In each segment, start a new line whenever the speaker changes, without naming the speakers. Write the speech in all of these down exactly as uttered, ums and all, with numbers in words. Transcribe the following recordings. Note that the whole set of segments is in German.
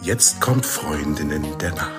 Jetzt kommt Freundinnen der Nacht.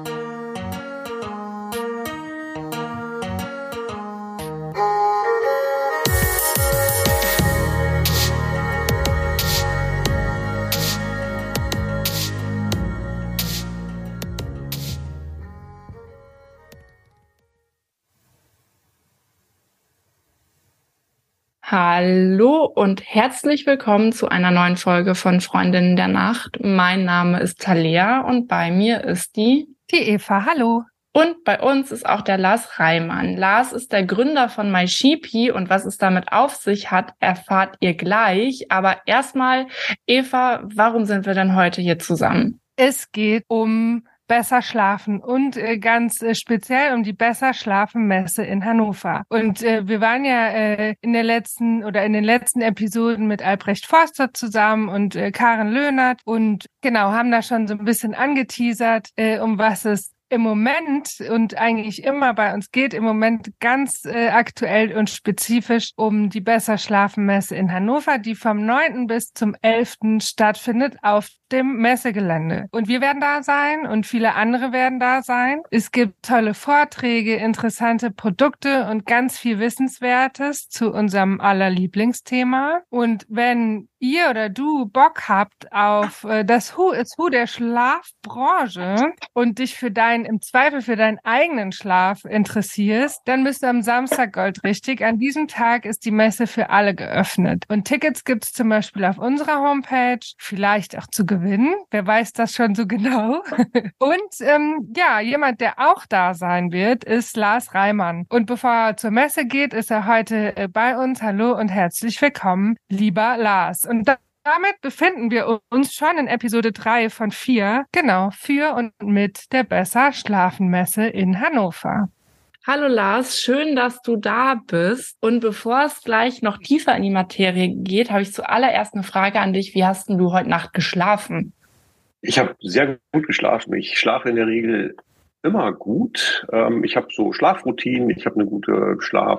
Hallo und herzlich willkommen zu einer neuen Folge von Freundinnen der Nacht. Mein Name ist Talea und bei mir ist die...
Die Eva, hallo.
Und bei uns ist auch der Lars Reimann. Lars ist der Gründer von MySheepy und was es damit auf sich hat, erfahrt ihr gleich. Aber erstmal, Eva, warum sind wir denn heute hier zusammen?
Es geht um Besser schlafen und äh, ganz äh, speziell um die Besser schlafen Messe in Hannover. Und äh, wir waren ja äh, in der letzten oder in den letzten Episoden mit Albrecht Forster zusammen und äh, Karen Löhnert und genau, haben da schon so ein bisschen angeteasert, äh, um was es im Moment und eigentlich immer bei uns geht, im Moment ganz äh, aktuell und spezifisch um die Besser schlafen Messe in Hannover, die vom neunten bis zum elften stattfindet auf dem Messegelände. Und wir werden da sein und viele andere werden da sein. Es gibt tolle Vorträge, interessante Produkte und ganz viel Wissenswertes zu unserem aller Lieblingsthema. Und wenn ihr oder du Bock habt auf äh, das Who is Who der Schlafbranche und dich für deinen, im Zweifel für deinen eigenen Schlaf interessierst, dann bist du am Samstag goldrichtig. An diesem Tag ist die Messe für alle geöffnet. Und Tickets gibt's zum Beispiel auf unserer Homepage, vielleicht auch zu gewinnen. Wer weiß das schon so genau? Und ähm, ja, jemand, der auch da sein wird, ist Lars Reimann. Und bevor er zur Messe geht, ist er heute äh, bei uns. Hallo und herzlich willkommen, lieber Lars. Und da damit befinden wir uns schon in Episode drei von vier, genau, für und mit der Besser Schlafen Messe in Hannover.
Hallo Lars, schön, dass du da bist. Und bevor es gleich noch tiefer in die Materie geht, habe ich zuallererst eine Frage an dich. Wie hast denn du heute Nacht geschlafen?
Ich habe sehr gut geschlafen. Ich schlafe in der Regel immer gut. Ich habe so Schlafroutinen, ich habe eine gute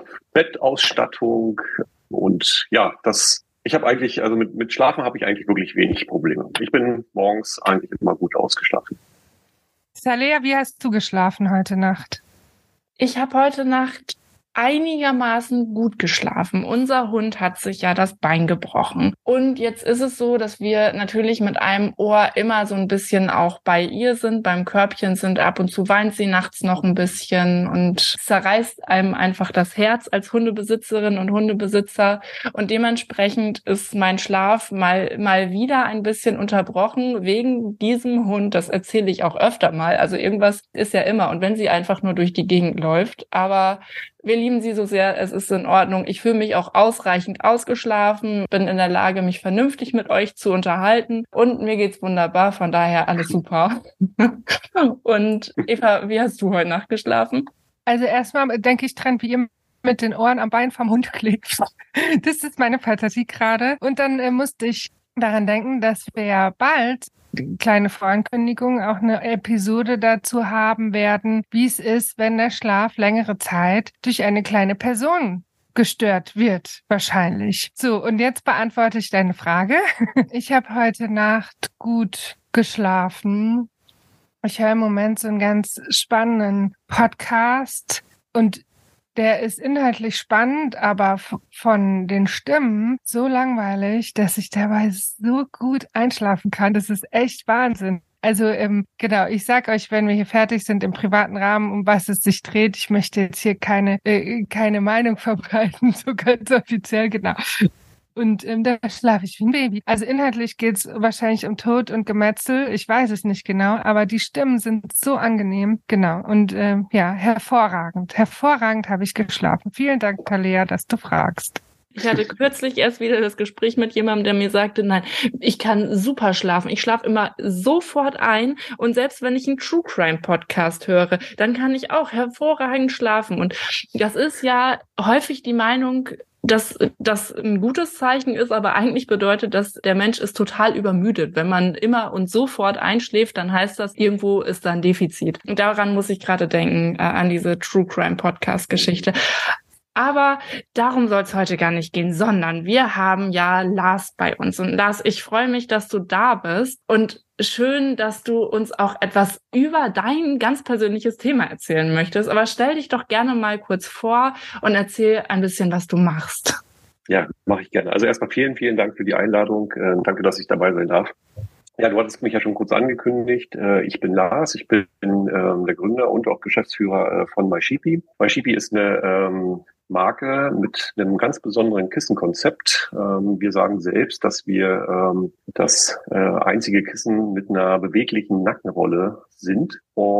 Schlaf-Bettausstattung und ja, das. Ich habe eigentlich, also mit, mit Schlafen habe ich eigentlich wirklich wenig Probleme. Ich bin morgens eigentlich immer gut ausgeschlafen.
Talea, wie hast du geschlafen heute Nacht?
Ich habe heute Nacht einigermaßen gut geschlafen. Unser Hund hat sich ja das Bein gebrochen. Und jetzt ist es so, dass wir natürlich mit einem Ohr immer so ein bisschen auch bei ihr sind, beim Körbchen sind. Ab und zu weint sie nachts noch ein bisschen und zerreißt einem einfach das Herz als Hundebesitzerin und Hundebesitzer. Und dementsprechend ist mein Schlaf mal, mal wieder ein bisschen unterbrochen wegen diesem Hund. Das erzähle ich auch öfter mal. Also irgendwas ist ja immer. Und wenn sie einfach nur durch die Gegend läuft, aber wir lieben sie so sehr, es ist in Ordnung. Ich fühle mich auch ausreichend ausgeschlafen, bin in der Lage, mich vernünftig mit euch zu unterhalten und mir geht's wunderbar, von daher alles super. Und Eva, wie hast du heute Nacht geschlafen?
Also erstmal denke ich dran, wie ihr mit den Ohren am Bein vom Hund klebt. Das ist meine Fantasie gerade. Und dann äh, musste ich daran denken, dass wir ja bald, kleine Vorankündigung, auch eine Episode dazu haben werden, wie es ist, wenn der Schlaf längere Zeit durch eine kleine Person gestört wird, wahrscheinlich. So, und jetzt beantworte ich deine Frage. Ich habe heute Nacht gut geschlafen. Ich höre im Moment so einen ganz spannenden Podcast und der ist inhaltlich spannend, aber f- von den Stimmen so langweilig, dass ich dabei so gut einschlafen kann. Das ist echt Wahnsinn. Also ähm, genau, ich sag euch, wenn wir hier fertig sind im privaten Rahmen, um was es sich dreht. Ich möchte jetzt hier keine äh, keine Meinung verbreiten, so ganz offiziell, genau. Und ähm, da schlafe ich wie ein Baby. Also inhaltlich geht's wahrscheinlich um Tod und Gemetzel. Ich weiß es nicht genau, aber die Stimmen sind so angenehm. Genau. Und ähm, ja, hervorragend. Hervorragend habe ich geschlafen. Vielen Dank, Talea, dass du fragst.
Ich hatte kürzlich erst wieder das Gespräch mit jemandem, der mir sagte, nein, ich kann super schlafen. Ich schlafe immer sofort ein und selbst wenn ich einen True Crime Podcast höre, dann kann ich auch hervorragend schlafen. Und das ist ja häufig die Meinung, dass das ein gutes Zeichen ist, aber eigentlich bedeutet, dass der Mensch ist total übermüdet. Wenn man immer und sofort einschläft, dann heißt das, irgendwo ist da ein Defizit. Und daran muss ich gerade denken, äh, an diese True Crime Podcast Geschichte. Aber darum soll es heute gar nicht gehen, sondern wir haben ja Lars bei uns. Und Lars, ich freue mich, dass du da bist. Und schön, dass du uns auch etwas über dein ganz persönliches Thema erzählen möchtest. Aber stell dich doch gerne mal kurz vor und erzähl ein bisschen, was du machst.
Ja, mache ich gerne. Also erstmal vielen, vielen Dank für die Einladung. Äh, danke, dass ich dabei sein darf. Ja, du hattest mich ja schon kurz angekündigt. Äh, ich bin Lars, ich bin ähm, der Gründer und auch Geschäftsführer äh, von MySheepy. MySheepy ist eine ähm, Marke mit einem ganz besonderen Kissenkonzept. Ähm, wir sagen selbst, dass wir ähm, das äh, einzige Kissen mit einer beweglichen Nackenrolle sind.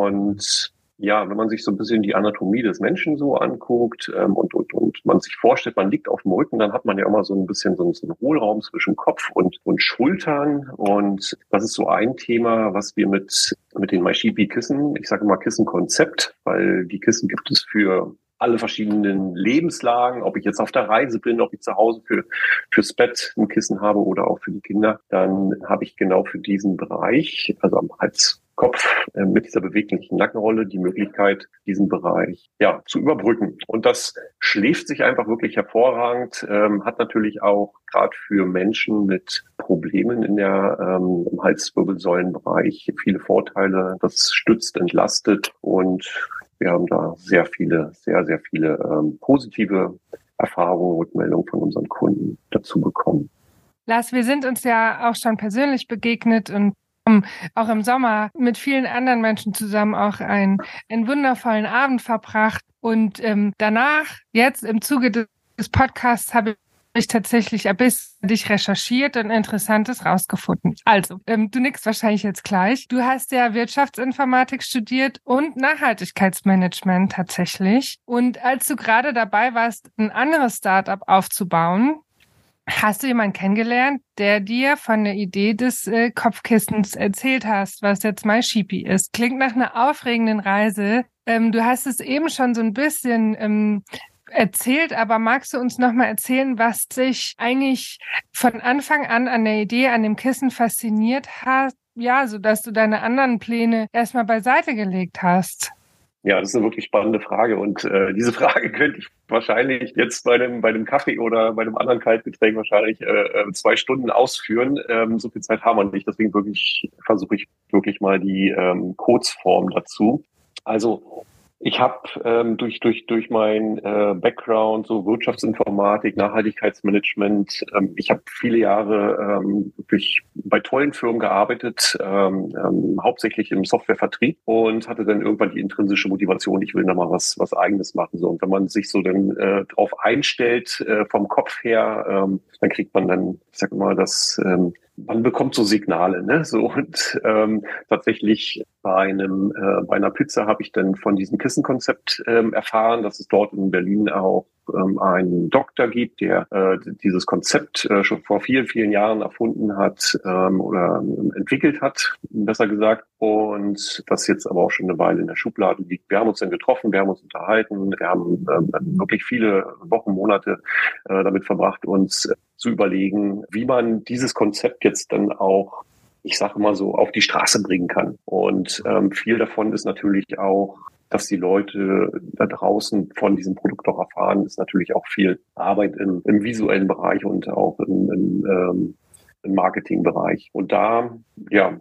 Und ja, wenn man sich so ein bisschen die Anatomie des Menschen so anguckt ähm, und, und, und man sich vorstellt, man liegt auf dem Rücken, dann hat man ja immer so ein bisschen so, so einen Hohlraum zwischen Kopf und, und Schultern. Und das ist so ein Thema, was wir mit, mit den MySheepy-Kissen, ich sage immer Kissenkonzept, weil die Kissen gibt es für alle verschiedenen Lebenslagen, ob ich jetzt auf der Reise bin, ob ich zu Hause für fürs Bett ein Kissen habe oder auch für die Kinder, dann habe ich genau für diesen Bereich, also am Halskopf äh, mit dieser beweglichen Nackenrolle, die Möglichkeit, diesen Bereich ja zu überbrücken. Und das schläft sich einfach wirklich hervorragend, ähm, hat natürlich auch gerade für Menschen mit Problemen in der ähm, im Halswirbelsäulenbereich viele Vorteile. Das stützt, entlastet und wir haben da sehr viele, sehr, sehr viele ähm, positive Erfahrungen, Rückmeldungen von unseren Kunden dazu bekommen.
Lars, wir sind uns ja auch schon persönlich begegnet und haben auch im Sommer mit vielen anderen Menschen zusammen auch einen, einen wundervollen Abend verbracht. Und ähm, danach, jetzt im Zuge des, des Podcasts, habe ich ich tatsächlich ein bisschen dich recherchiert und Interessantes rausgefunden. Also, ähm, du nickst wahrscheinlich jetzt gleich. Du hast ja Wirtschaftsinformatik studiert und Nachhaltigkeitsmanagement tatsächlich. Und als du gerade dabei warst, ein anderes Startup aufzubauen, hast du jemanden kennengelernt, der dir von der Idee des äh, Kopfkissens erzählt hast, was jetzt MySheepy ist. Klingt nach einer aufregenden Reise. Ähm, du hast es eben schon so ein bisschen ähm, erzählt, aber magst du uns nochmal erzählen, was dich eigentlich von Anfang an an der Idee, an dem Kissen fasziniert hat, ja, so dass du deine anderen Pläne erstmal beiseite gelegt hast?
Ja, das ist eine wirklich spannende Frage und äh, diese Frage könnte ich wahrscheinlich jetzt bei einem bei einem Kaffee oder bei einem anderen Kaltgetränk wahrscheinlich äh, zwei Stunden ausführen. Ähm, so viel Zeit haben wir nicht, deswegen wirklich versuche ich wirklich mal die ähm, Kurzform dazu. Also ich habe ähm, durch durch durch mein äh, Background so Wirtschaftsinformatik, Nachhaltigkeitsmanagement, ähm, ich habe viele Jahre ähm, wirklich bei tollen Firmen gearbeitet, ähm, ähm, hauptsächlich im Softwarevertrieb und hatte dann irgendwann die intrinsische Motivation, ich will da mal was was Eigenes machen. So, und wenn man sich so dann äh, drauf einstellt äh, vom Kopf her, ähm, dann kriegt man dann, ich sag mal, das ähm, man bekommt so Signale, ne? So und ähm, tatsächlich bei einem äh, bei einer Pizza habe ich dann von diesem Kissenkonzept ähm, erfahren, dass es dort in Berlin auch ähm, einen Doktor gibt, der äh, dieses Konzept äh, schon vor vielen vielen Jahren erfunden hat ähm, oder ähm, entwickelt hat, besser gesagt, und das jetzt aber auch schon eine Weile in der Schublade liegt. Wir haben uns dann getroffen, wir haben uns unterhalten, wir haben ähm, wirklich viele Wochen, Monate äh, damit verbracht, uns äh, zu überlegen, wie man dieses Konzept jetzt dann auch, ich sage mal so, auf die Straße bringen kann. Und ähm, viel davon ist natürlich auch, dass die Leute da draußen von diesem Produkt auch erfahren, ist natürlich auch viel Arbeit im, im visuellen Bereich und auch im, im, ähm, im Marketingbereich. Und da, ja,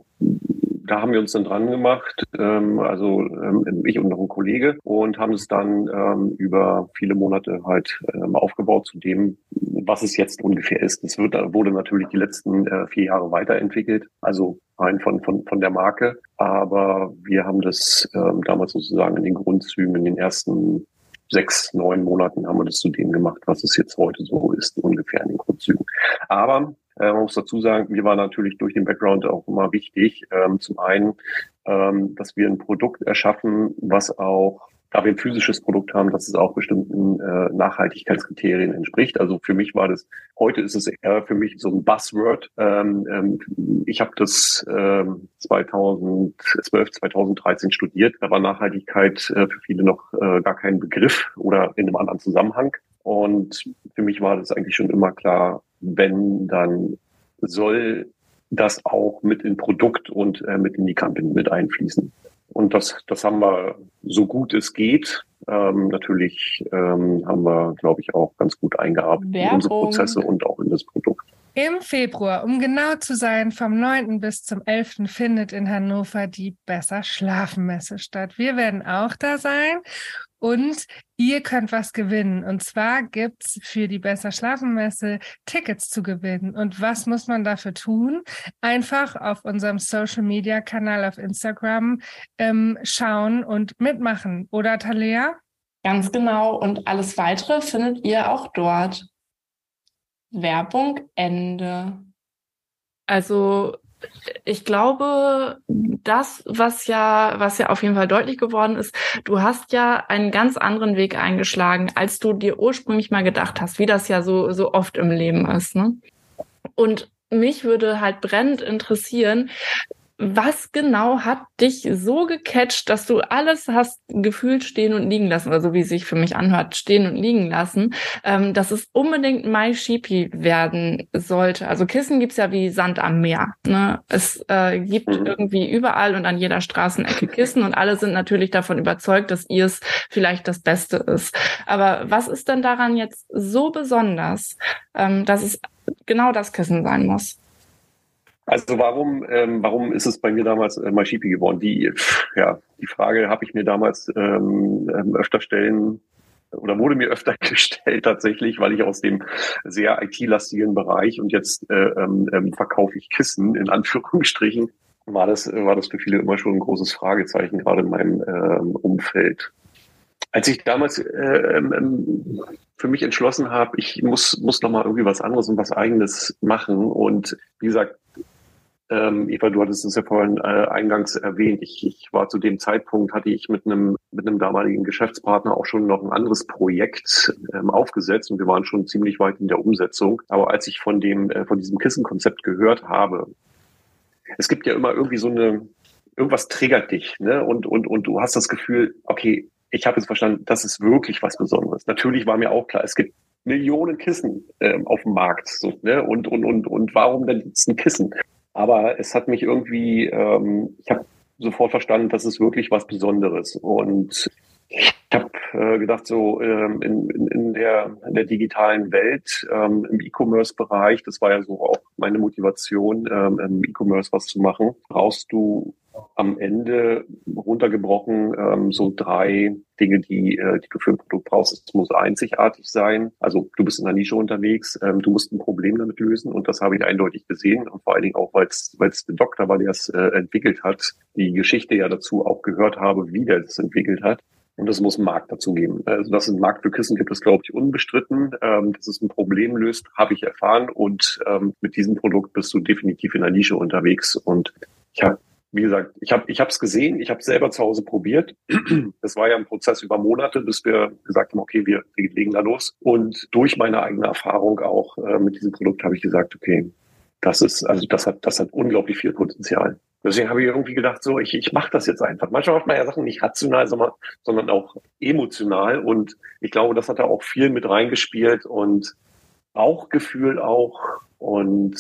da haben wir uns dann dran gemacht, ähm, also ähm, ich und noch ein Kollege, und haben es dann ähm, über viele Monate halt ähm, aufgebaut zu dem, was es jetzt ungefähr ist. Es wird, wurde natürlich die letzten äh, vier Jahre weiterentwickelt, also rein von, von, von der Marke. Aber wir haben das ähm, damals sozusagen in den Grundzügen, in den ersten sechs, neun Monaten haben wir das zu dem gemacht, was es jetzt heute so ist, ungefähr in den Grundzügen. Aber äh, man muss dazu sagen, mir war natürlich durch den Background auch immer wichtig, ähm, zum einen, ähm, dass wir ein Produkt erschaffen, was auch, da wir ein physisches Produkt haben, dass es auch bestimmten äh, Nachhaltigkeitskriterien entspricht. Also für mich war das, heute ist es eher für mich so ein Buzzword. Ähm, ähm, ich habe das ähm, zweitausendzwölf, zweitausenddreizehn studiert. Da war Nachhaltigkeit äh, für viele noch äh, gar kein Begriff oder in einem anderen Zusammenhang. Und für mich war das eigentlich schon immer klar, wenn, dann soll das auch mit in Produkt und äh, mit in die Company mit einfließen. Und das, das haben wir so gut es geht. Ähm, natürlich ähm, haben wir, glaube ich, auch ganz gut eingearbeitet in unsere Prozesse und auch in das Produkt.
Im Februar, um genau zu sein, vom neunten bis zum elften findet in Hannover die Besser Schlafen Messe statt. Wir werden auch da sein und ihr könnt was gewinnen. Und zwar gibt's für die Besser Schlafen Messe Tickets zu gewinnen. Und was muss man dafür tun? Einfach auf unserem Social-Media-Kanal auf Instagram ähm, schauen und mitmachen. Oder, Thalia?
Ganz genau. Und alles Weitere findet ihr auch dort. Werbung Ende. Also ich glaube, das, was ja, was ja auf jeden Fall deutlich geworden ist, du hast ja einen ganz anderen Weg eingeschlagen, als du dir ursprünglich mal gedacht hast, wie das ja so, so oft im Leben ist, ne? Und mich würde halt brennend interessieren, was genau hat dich so gecatcht, dass du alles hast gefühlt stehen und liegen lassen, oder so wie es sich für mich anhört, stehen und liegen lassen, ähm, dass es unbedingt MySheepy werden sollte. Also Kissen gibt's ja wie Sand am Meer, ne? Es äh, gibt mhm. irgendwie überall und an jeder Straßenecke Kissen und alle sind natürlich davon überzeugt, dass ihrs vielleicht das Beste ist. Aber was ist denn daran jetzt so besonders, ähm, dass es genau das Kissen sein muss?
Also warum, ähm, warum ist es bei mir damals äh, MySheepy geworden? Die, ja, die Frage habe ich mir damals ähm, öfter stellen oder wurde mir öfter gestellt tatsächlich, weil ich aus dem sehr I T-lastigen Bereich und jetzt äh, ähm, verkaufe ich Kissen in Anführungsstrichen, war das war das für viele immer schon ein großes Fragezeichen, gerade in meinem ähm, Umfeld. Als ich damals äh, ähm, für mich entschlossen habe, ich muss muss noch mal irgendwie was anderes und was Eigenes machen und wie gesagt, Ähm, Eva, du hattest es ja vorhin äh, eingangs erwähnt. Ich, ich war zu dem Zeitpunkt, hatte ich mit einem mit einem damaligen Geschäftspartner auch schon noch ein anderes Projekt ähm, aufgesetzt und wir waren schon ziemlich weit in der Umsetzung. Aber als ich von dem äh, von diesem Kissenkonzept gehört habe, es gibt ja immer irgendwie so eine, irgendwas triggert dich, ne? Und und und du hast das Gefühl, okay, ich habe jetzt verstanden, das ist wirklich was Besonderes. Natürlich war mir auch klar, es gibt Millionen Kissen ähm, auf dem Markt, so, ne? Und und und und warum denn jetzt ein Kissen? Aber es hat mich irgendwie, ähm, ich habe sofort verstanden, das ist wirklich was Besonderes. Und ich habe äh, gedacht, so ähm, in, in, in, der, in der digitalen Welt, ähm, im E-Commerce-Bereich, das war ja so auch meine Motivation, ähm, im E-Commerce was zu machen, brauchst du am Ende runtergebrochen ähm, so drei Dinge, die, äh, die du für ein Produkt brauchst. Es muss einzigartig sein. Also du bist in einer Nische unterwegs, ähm, du musst ein Problem damit lösen und das habe ich eindeutig gesehen und vor allen Dingen auch, weil es weil es der Doktor war, der es äh, entwickelt hat, die Geschichte ja dazu auch gehört habe, wie der das entwickelt hat. Und es muss einen Markt dazu geben. Also dass es einen Markt für Kissen gibt, ist, glaube ich, unbestritten. Ähm, dass es ein Problem löst, habe ich erfahren und ähm, mit diesem Produkt bist du definitiv in der Nische unterwegs und ich habe Wie gesagt, ich habe ich habe es gesehen, ich habe es selber zu Hause probiert. Das war ja ein Prozess über Monate, bis wir gesagt haben, okay, wir, wir legen da los. Und durch meine eigene Erfahrung auch äh, mit diesem Produkt habe ich gesagt, okay, das ist also das hat das hat unglaublich viel Potenzial. Deswegen habe ich irgendwie gedacht, so ich ich mache das jetzt einfach. Manchmal macht man ja Sachen nicht rational, sondern sondern auch emotional. Und ich glaube, das hat da auch viel mit reingespielt und Bauchgefühl auch und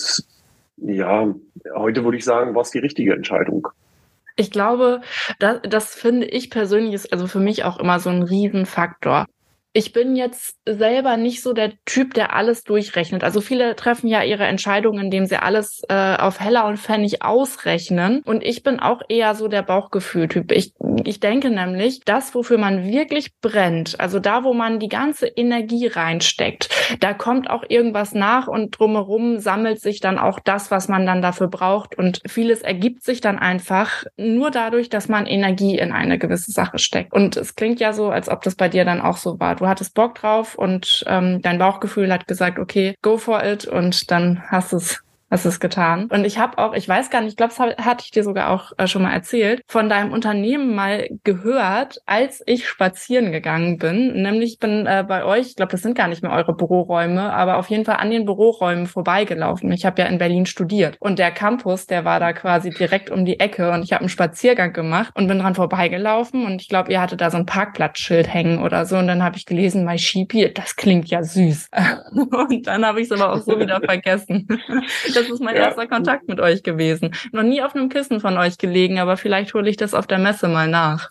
ja, heute würde ich sagen, war es die richtige Entscheidung.
Ich glaube, das, das finde ich persönlich ist also für mich auch immer so ein Riesenfaktor. Ich bin jetzt selber nicht so der Typ, der alles durchrechnet. Also viele treffen ja ihre Entscheidungen, indem sie alles äh, auf Heller und Pfennig ausrechnen. Und ich bin auch eher so der Bauchgefühl-Typ. Ich, ich denke nämlich, das, wofür man wirklich brennt, also da, wo man die ganze Energie reinsteckt, da kommt auch irgendwas nach und drumherum sammelt sich dann auch das, was man dann dafür braucht. Und vieles ergibt sich dann einfach nur dadurch, dass man Energie in eine gewisse Sache steckt. Und es klingt ja so, als ob das bei dir dann auch so war. Du hattest Bock drauf und ähm, dein Bauchgefühl hat gesagt, okay, go for it und dann hast du es hast es getan. Und ich habe auch, ich weiß gar nicht, ich glaube, das hab, hatte ich dir sogar auch äh, schon mal erzählt, von deinem Unternehmen mal gehört, als ich spazieren gegangen bin. Nämlich ich bin äh, bei euch, ich glaube, das sind gar nicht mehr eure Büroräume, aber auf jeden Fall an den Büroräumen vorbeigelaufen. Ich habe ja in Berlin studiert und der Campus, der war da quasi direkt um die Ecke und ich habe einen Spaziergang gemacht und bin dran vorbeigelaufen und ich glaube, ihr hattet da so ein Parkplatzschild hängen oder so und dann habe ich gelesen, MySheepy, das klingt ja süß. Und dann habe ich es aber auch so wieder vergessen. Das ist mein ja. erster Kontakt mit euch gewesen. Noch nie auf einem Kissen von euch gelegen, aber vielleicht hole ich das auf der Messe mal nach.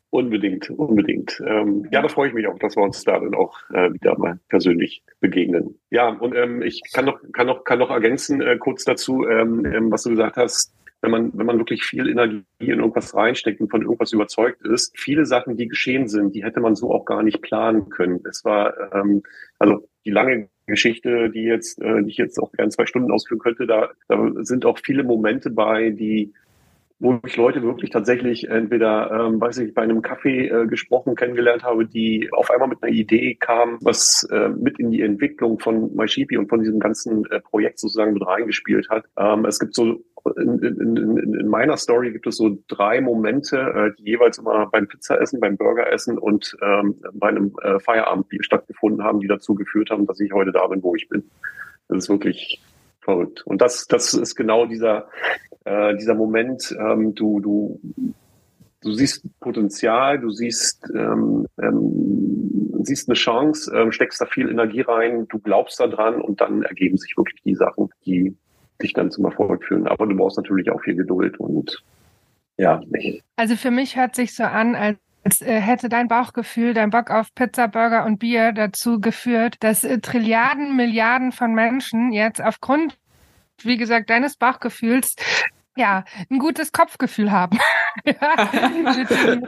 Unbedingt, unbedingt. Ähm, ja, da freue ich mich auch, dass wir uns da dann auch äh, wieder mal persönlich begegnen. Ja, und ähm, ich kann noch, kann noch, kann noch ergänzen äh, kurz dazu, ähm, ähm, was du gesagt hast. Wenn man, wenn man wirklich viel Energie in irgendwas reinsteckt und von irgendwas überzeugt ist, viele Sachen, die geschehen sind, die hätte man so auch gar nicht planen können. Es war, ähm, also die lange Geschichte, die jetzt, äh, die ich jetzt auch gerne zwei Stunden ausführen könnte, da, da sind auch viele Momente bei, die wo ich Leute wirklich tatsächlich entweder, ähm, weiß ich, bei einem Kaffee äh, gesprochen, kennengelernt habe, die auf einmal mit einer Idee kamen, was äh, mit in die Entwicklung von MySheepy und von diesem ganzen äh, Projekt sozusagen mit reingespielt hat. Ähm, es gibt so, in, in, in, in meiner Story gibt es so drei Momente, äh, die jeweils immer beim Pizzaessen, beim Burgeressen und ähm, bei einem äh, Feierabendbier stattgefunden haben, die dazu geführt haben, dass ich heute da bin, wo ich bin. Das ist wirklich verrückt. Und das, das ist genau dieser, äh, dieser Moment, ähm, du, du, du siehst Potenzial, du siehst, ähm, ähm, siehst eine Chance, ähm, steckst da viel Energie rein, du glaubst da dran und dann ergeben sich wirklich die Sachen, die dich dann zum Erfolg führen. Aber du brauchst natürlich auch viel Geduld und ja. Nicht.
Also für mich hört sich so an, als Als äh, hätte dein Bauchgefühl, dein Bock auf Pizza, Burger und Bier dazu geführt, dass äh, Trilliarden, Milliarden von Menschen jetzt aufgrund, wie gesagt, deines Bauchgefühls, ja, ein gutes Kopfgefühl haben. ja, mit dem,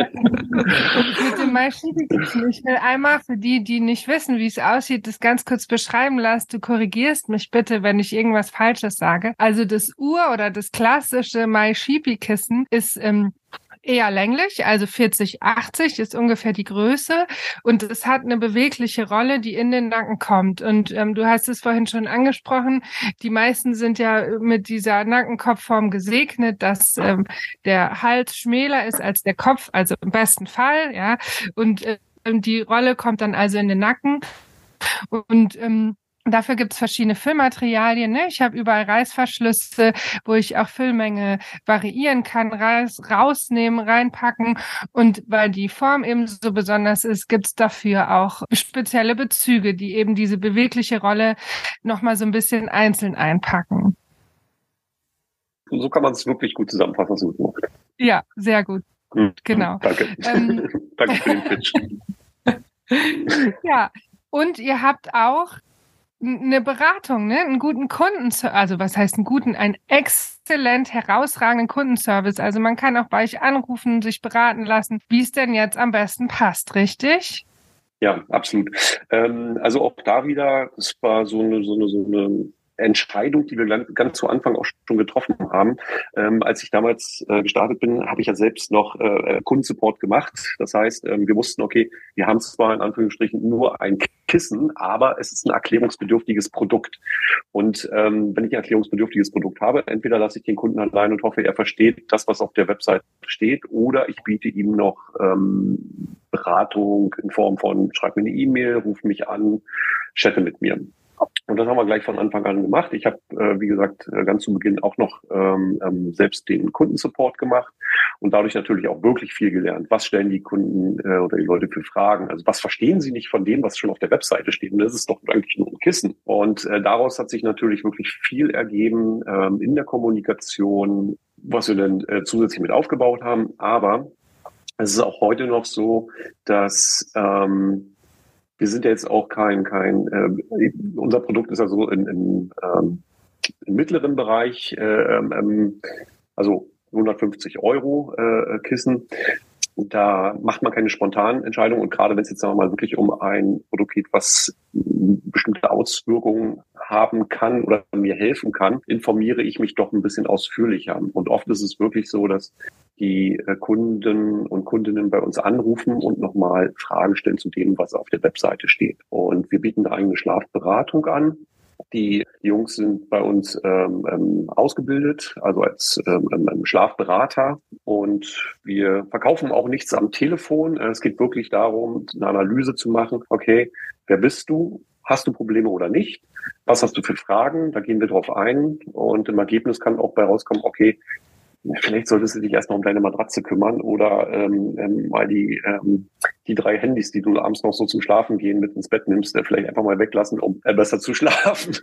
mit dem MySheepy. Ich will einmal für die, die nicht wissen, wie es aussieht, das ganz kurz beschreiben lassen. Du korrigierst mich bitte, wenn ich irgendwas Falsches sage. Also das Ur- oder das klassische MySheepy-Kissen ist ähm, eher länglich, also vierzig achtzig ist ungefähr die Größe und es hat eine bewegliche Rolle, die in den Nacken kommt. Und ähm, du hast es vorhin schon angesprochen, die meisten sind ja mit dieser Nackenkopfform gesegnet, dass ähm, der Hals schmäler ist als der Kopf, also im besten Fall, ja. Und ähm, die Rolle kommt dann also in den Nacken und ähm, Dafür gibt's verschiedene Füllmaterialien. Ne? Ich habe überall Reißverschlüsse, wo ich auch Füllmenge variieren kann, raus, rausnehmen, reinpacken. Und weil die Form eben so besonders ist, gibt's dafür auch spezielle Bezüge, die eben diese bewegliche Rolle nochmal so ein bisschen einzeln einpacken.
Und so kann man es wirklich gut zusammenfassen, was du gut machst.
Ja, sehr gut.
Mhm.
Genau.
Danke.
Ähm,
Danke für den Pitch.
Ja, und ihr habt auch eine Beratung, ne, einen guten Kunden, also was heißt einen guten, einen exzellent herausragenden Kundenservice. Also man kann auch bei euch anrufen, sich beraten lassen, wie es denn jetzt am besten passt, richtig?
Ja, absolut. Ähm, also auch da wieder, es war so eine, so eine, so eine Entscheidung, die wir ganz, ganz zu Anfang auch schon getroffen haben. Ähm, als ich damals äh, gestartet bin, habe ich ja selbst noch äh, Kundensupport gemacht. Das heißt, ähm, wir wussten, okay, wir haben zwar in Anführungsstrichen nur ein Kissen, aber es ist ein erklärungsbedürftiges Produkt. Und ähm, wenn ich ein erklärungsbedürftiges Produkt habe, entweder lasse ich den Kunden allein und hoffe, er versteht das, was auf der Website steht, oder ich biete ihm noch ähm, Beratung in Form von, schreib mir eine E-Mail, ruf mich an, chatte mit mir. Und das haben wir gleich von Anfang an gemacht. Ich habe, äh, wie gesagt, ganz zu Beginn auch noch ähm, ähm, selbst den Kundensupport gemacht und dadurch natürlich auch wirklich viel gelernt. Was stellen die Kunden äh, oder die Leute für Fragen? Also was verstehen sie nicht von dem, was schon auf der Webseite steht? Und das ist doch eigentlich nur ein Kissen. Und äh, daraus hat sich natürlich wirklich viel ergeben ähm, in der Kommunikation, was wir dann äh, zusätzlich mit aufgebaut haben. Aber es ist auch heute noch so, dass ähm, wir sind ja jetzt auch kein, kein äh, unser Produkt ist also in, in, ähm, im mittleren Bereich, äh, ähm, also hundertfünfzig Euro äh, Kissen. Da macht man keine spontanen Entscheidungen. Und gerade wenn es jetzt sagen wir mal wirklich um ein Produkt geht, was bestimmte Auswirkungen haben kann oder mir helfen kann, informiere ich mich doch ein bisschen ausführlicher. Und oft ist es wirklich so, dass die Kunden und Kundinnen bei uns anrufen und nochmal Fragen stellen zu dem, was auf der Webseite steht. Und wir bieten eine eigene Schlafberatung an. Die Jungs sind bei uns ähm, ähm, ausgebildet, also als ähm, ähm, Schlafberater. Und wir verkaufen auch nichts am Telefon. Es geht wirklich darum, eine Analyse zu machen. Okay, wer bist du? Hast du Probleme oder nicht? Was hast du für Fragen? Da gehen wir drauf ein. Und im Ergebnis kann auch bei rauskommen, okay, vielleicht solltest du dich erstmal um deine Matratze kümmern oder ähm, ähm, mal die, ähm, die drei Handys, die du abends noch so zum Schlafen gehen mit ins Bett nimmst, vielleicht einfach mal weglassen, um besser zu schlafen.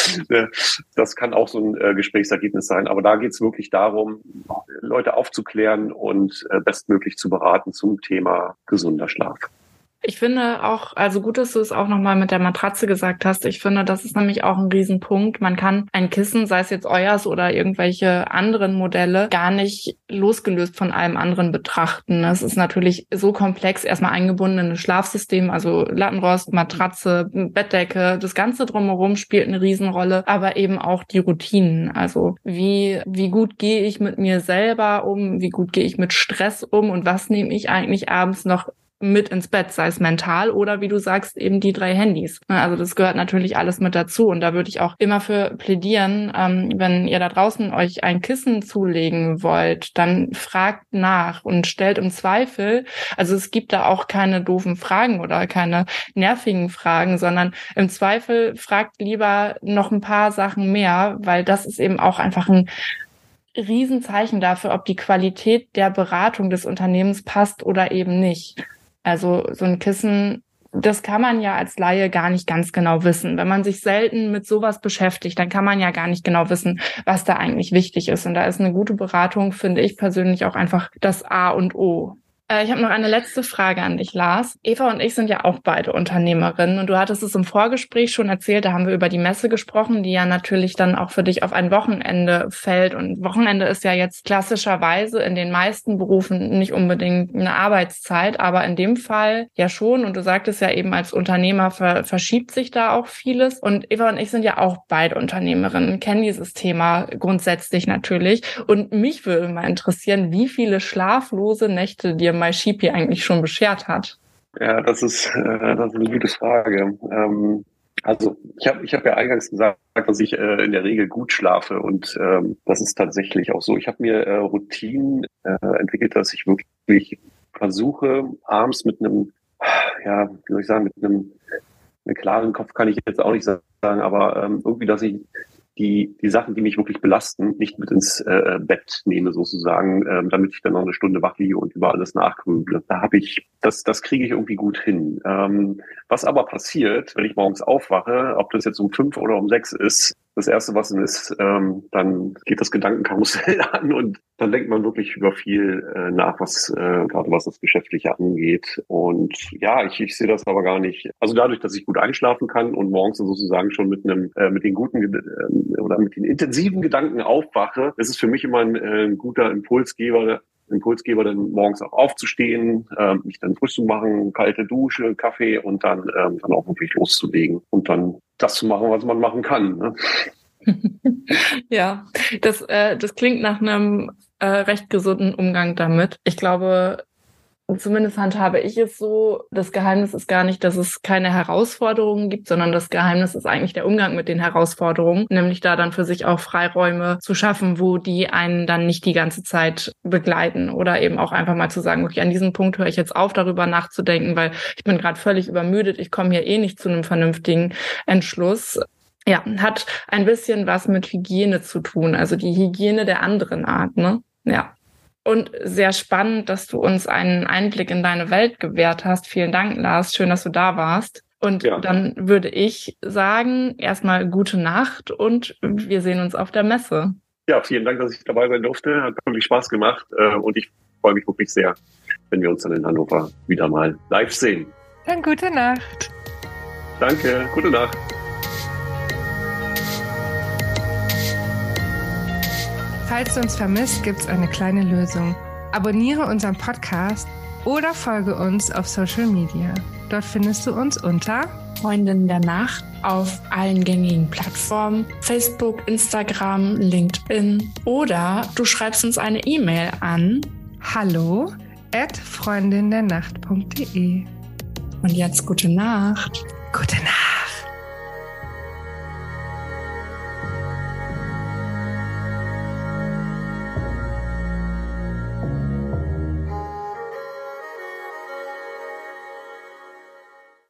Das kann auch so ein Gesprächsergebnis sein. Aber da geht es wirklich darum, Leute aufzuklären und bestmöglich zu beraten zum Thema gesunder Schlaf.
Ich finde auch, also gut, dass du es auch nochmal mit der Matratze gesagt hast. Ich finde, das ist nämlich auch ein Riesenpunkt. Man kann ein Kissen, sei es jetzt euers oder irgendwelche anderen Modelle, gar nicht losgelöst von allem anderen betrachten. Es ist natürlich so komplex, erstmal eingebunden in ein Schlafsystem, also Lattenrost, Matratze, Bettdecke, das Ganze drumherum spielt eine Riesenrolle, aber eben auch die Routinen. Also wie, wie gut gehe ich mit mir selber um, wie gut gehe ich mit Stress um und was nehme ich eigentlich abends noch mit ins Bett, sei es mental oder wie du sagst, eben die drei Handys. Also das gehört natürlich alles mit dazu und da würde ich auch immer für plädieren, ähm, wenn ihr da draußen euch ein Kissen zulegen wollt, dann fragt nach und stellt im Zweifel, also es gibt da auch keine doofen Fragen oder keine nervigen Fragen, sondern im Zweifel fragt lieber noch ein paar Sachen mehr, weil das ist eben auch einfach ein Riesenzeichen dafür, ob die Qualität der Beratung des Unternehmens passt oder eben nicht. Also so ein Kissen, das kann man ja als Laie gar nicht ganz genau wissen. Wenn man sich selten mit sowas beschäftigt, dann kann man ja gar nicht genau wissen, was da eigentlich wichtig ist. Und da ist eine gute Beratung, finde ich persönlich, auch einfach das A und O. Ich habe noch eine letzte Frage an dich, Lars. Eva und ich sind ja auch beide Unternehmerinnen und du hattest es im Vorgespräch schon erzählt, da haben wir über die Messe gesprochen, die ja natürlich dann auch für dich auf ein Wochenende fällt und Wochenende ist ja jetzt klassischerweise in den meisten Berufen nicht unbedingt eine Arbeitszeit, aber in dem Fall ja schon und du sagtest ja eben, als Unternehmer ver- verschiebt sich da auch vieles und Eva und ich sind ja auch beide Unternehmerinnen, kennen dieses Thema grundsätzlich natürlich und mich würde mal interessieren, wie viele schlaflose Nächte dir MySheepy eigentlich schon beschert hat?
Ja, das ist, äh, das ist eine gute Frage. Ähm, also ich habe ich hab ja eingangs gesagt, dass ich äh, in der Regel gut schlafe und ähm, das ist tatsächlich auch so. Ich habe mir äh, Routinen äh, entwickelt, dass ich wirklich versuche, abends mit einem, ja, wie soll ich sagen, mit einem, einem klaren Kopf kann ich jetzt auch nicht sagen, aber ähm, irgendwie, dass ich die die Sachen, die mich wirklich belasten, nicht mit ins äh, Bett nehme sozusagen, ähm, damit ich dann noch eine Stunde wach liege und über alles nachgrüble. Da habe ich, das das kriege ich irgendwie gut hin. Ähm, was aber passiert, wenn ich morgens aufwache, ob das jetzt um fünf oder um sechs ist, das Erste, was dann ist, ähm, dann geht das Gedankenkarussell an und dann denkt man wirklich über viel äh, nach, was äh, gerade was das Geschäftliche angeht. Und ja, ich, ich sehe das aber gar nicht. Also dadurch, dass ich gut einschlafen kann und morgens sozusagen schon mit einem äh, mit den guten äh, oder mit den intensiven Gedanken aufwache, ist es für mich immer ein, äh, ein guter Impulsgeber. Impulsgeber, dann morgens auch aufzustehen, äh, mich dann frisch zu machen, kalte Dusche, Kaffee und dann ähm, dann auch wirklich loszulegen und dann das zu machen, was man machen kann. Ne?
Ja, das äh, das klingt nach einem äh, recht gesunden Umgang damit. Ich glaube, zumindest handhabe ich es so, das Geheimnis ist gar nicht, dass es keine Herausforderungen gibt, sondern das Geheimnis ist eigentlich der Umgang mit den Herausforderungen, nämlich da dann für sich auch Freiräume zu schaffen, wo die einen dann nicht die ganze Zeit begleiten oder eben auch einfach mal zu sagen, okay, an diesem Punkt höre ich jetzt auf, darüber nachzudenken, weil ich bin gerade völlig übermüdet, ich komme hier eh nicht zu einem vernünftigen Entschluss. Ja, hat ein bisschen was mit Hygiene zu tun, also die Hygiene der anderen Art, ne? Ja. Und sehr spannend, dass du uns einen Einblick in deine Welt gewährt hast. Vielen Dank, Lars. Schön, dass du da warst. Und ja. Dann würde ich sagen, erstmal gute Nacht und wir sehen uns auf der Messe.
Ja, vielen Dank, dass ich dabei sein durfte. Hat wirklich Spaß gemacht. Und ich freue mich wirklich sehr, wenn wir uns dann in Hannover wieder mal live sehen.
Dann gute Nacht.
Danke, gute Nacht.
Falls du uns vermisst, gibt's eine kleine Lösung. Abonniere unseren Podcast oder folge uns auf Social Media. Dort findest du uns unter
Freundinnen der Nacht auf allen gängigen Plattformen, Facebook, Instagram, LinkedIn oder du schreibst uns eine E-Mail an
hallo at freundindernacht punkt de.
Und jetzt gute Nacht.
Gute Nacht.